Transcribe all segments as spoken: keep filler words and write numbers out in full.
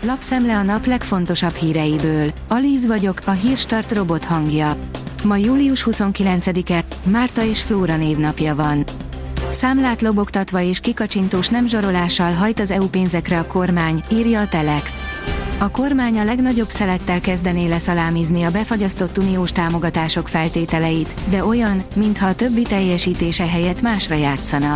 Lapszemle a nap legfontosabb híreiből. Alíz vagyok, a Hírstart robot hangja. Ma július huszonkilencedike, Márta és Flóra névnapja van. Számlát lobogtatva és kikacsintós nem zsarolással hajt az é u pénzekre a kormány, írja a Telex. A kormány a legnagyobb szelettel kezdené leszalámizni a befagyasztott uniós támogatások feltételeit, de olyan, mintha a többi teljesítése helyett másra játszana.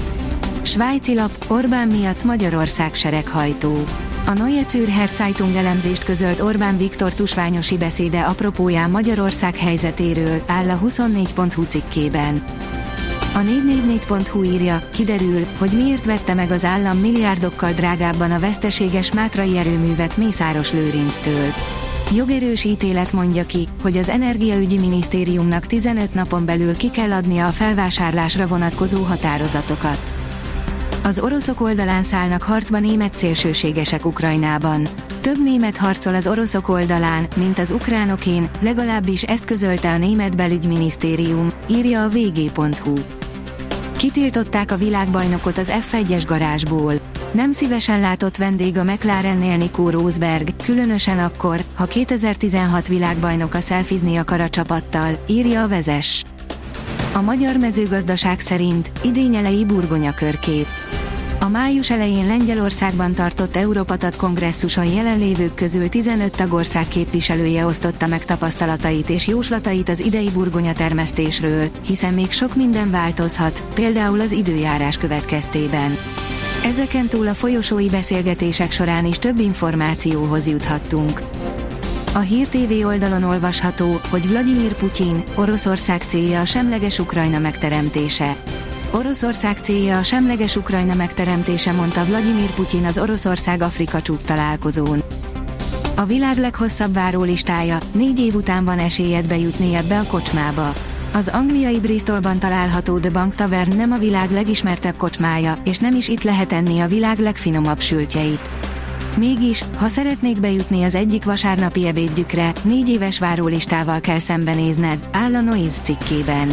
Svájci lap, Orbán miatt Magyarország sereghajtó. A Neue Zürcher Zeitung elemzést közölt Orbán Viktor tusványosi beszéde apropóján Magyarország helyzetéről, áll a huszonnégy pont hu cikkében. A négy négy négy pont hu írja, kiderül, hogy miért vette meg az állam milliárdokkal drágábban a veszteséges mátrai erőművet Mészáros Lőrinctől. Jogerős ítélet mondja ki, hogy az Energiaügyi Minisztériumnak tizenöt napon belül ki kell adnia a felvásárlásra vonatkozó határozatokat. Az oroszok oldalán szállnak harcba német szélsőségesek Ukrajnában. Több német harcol az oroszok oldalán, mint az ukránokén, legalábbis ezt közölte a német belügyminisztérium, írja a vé gé pont hu. Kitiltották a világbajnokot az ef egyes garázsból. Nem szívesen látott vendég a McLarennél Nico Rosberg, különösen akkor, ha kétezer-tizenhat világbajnoka szelfizni akar a csapattal, írja a Vezess. A magyar mezőgazdaság szerint idény elejé burgonyakörkép. A május elején Lengyelországban tartott Európatat kongresszuson jelenlévők közül tizenöt tagország képviselője osztotta meg tapasztalatait és jóslatait az idei burgonyatermesztésről, hiszen még sok minden változhat, például az időjárás következtében. Ezeken túl a folyosói beszélgetések során is több információhoz juthattunk. A Hír té vé oldalon olvasható, hogy Vladimir Putyin, Oroszország célja a semleges Ukrajna megteremtése. Oroszország célja a semleges Ukrajna megteremtése, mondta Vladimir Putyin az Oroszország-Afrika csúcs találkozón. A világ leghosszabb várólistája, négy év után van esélyed bejutni ebbe a kocsmába. Az angliai Bristolban található The Bank Tavern nem a világ legismertebb kocsmája, és nem is itt lehet enni a világ legfinomabb sültjeit. Mégis, ha szeretnék bejutni az egyik vasárnapi ebédjükre, négy éves várólistával kell szembenézned, áll a Noise cikkében.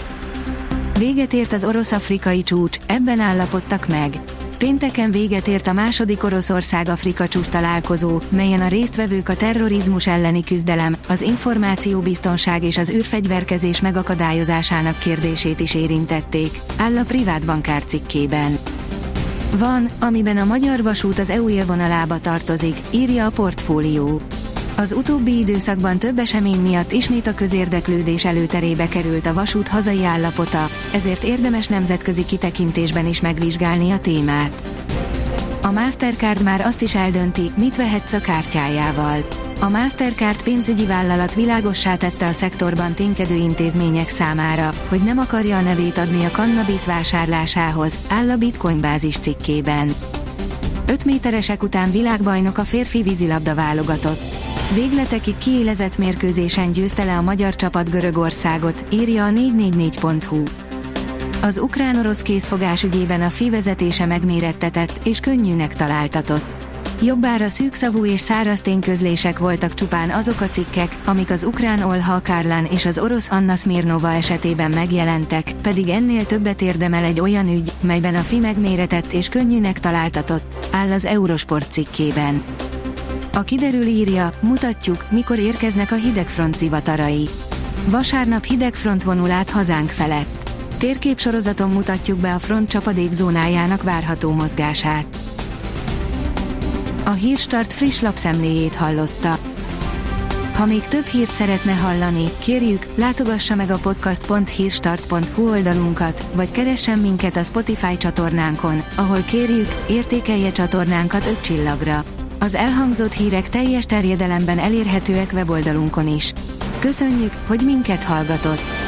Véget ért az orosz-afrikai csúcs, ebben állapodtak meg. Pénteken véget ért a második Oroszország-Afrika csúcs találkozó, melyen a résztvevők a terrorizmus elleni küzdelem, az információbiztonság és az űrfegyverkezés megakadályozásának kérdését is érintették, áll a Privát Bankár cikkében. Van, amiben a Magyar Vasút az é u élvonalába tartozik, írja a Portfólió. Az utóbbi időszakban több esemény miatt ismét a közérdeklődés előterébe került a vasút hazai állapota, ezért érdemes nemzetközi kitekintésben is megvizsgálni a témát. A Mastercard már azt is eldönti, mit vehetsz a kártyájával. A Mastercard pénzügyi vállalat világossá tette a szektorban ténykedő intézmények számára, hogy nem akarja a nevét adni a kannabisz vásárlásához, áll a Bitcoin bázis cikkében. öt méteresek után világbajnok a férfi vízilabda válogatott. Végletekig kiélezett mérkőzésen győzte le a magyar csapat Görögországot, írja a négy négy négy pont hu. Az ukrán-orosz készfogás ügyében a ef i vezetése megmérettetett és könnyűnek találtatott. Jobbára szűkszavú és száraz tényközlések voltak csupán azok a cikkek, amik az ukrán Olha Karlan és az orosz Anna Smirnova esetében megjelentek, pedig ennél többet érdemel egy olyan ügy, melyben a ef i megméretett és könnyűnek találtatott, áll az Eurosport cikkében. A Kiderül írja, mutatjuk, mikor érkeznek a hidegfront zivatarai. Vasárnap hidegfront vonul át hazánk felett. Térképsorozaton mutatjuk be a front csapadékzónájának várható mozgását. A Hírstart friss lapszemléjét hallotta. Ha még több hírt szeretne hallani, kérjük, látogassa meg a podcast pont hírstart pont hu oldalunkat, vagy keressen minket a Spotify csatornánkon, ahol kérjük, értékelje csatornánkat öt csillagra. Az elhangzott hírek teljes terjedelemben elérhetőek weboldalunkon is. Köszönjük, hogy minket hallgatott!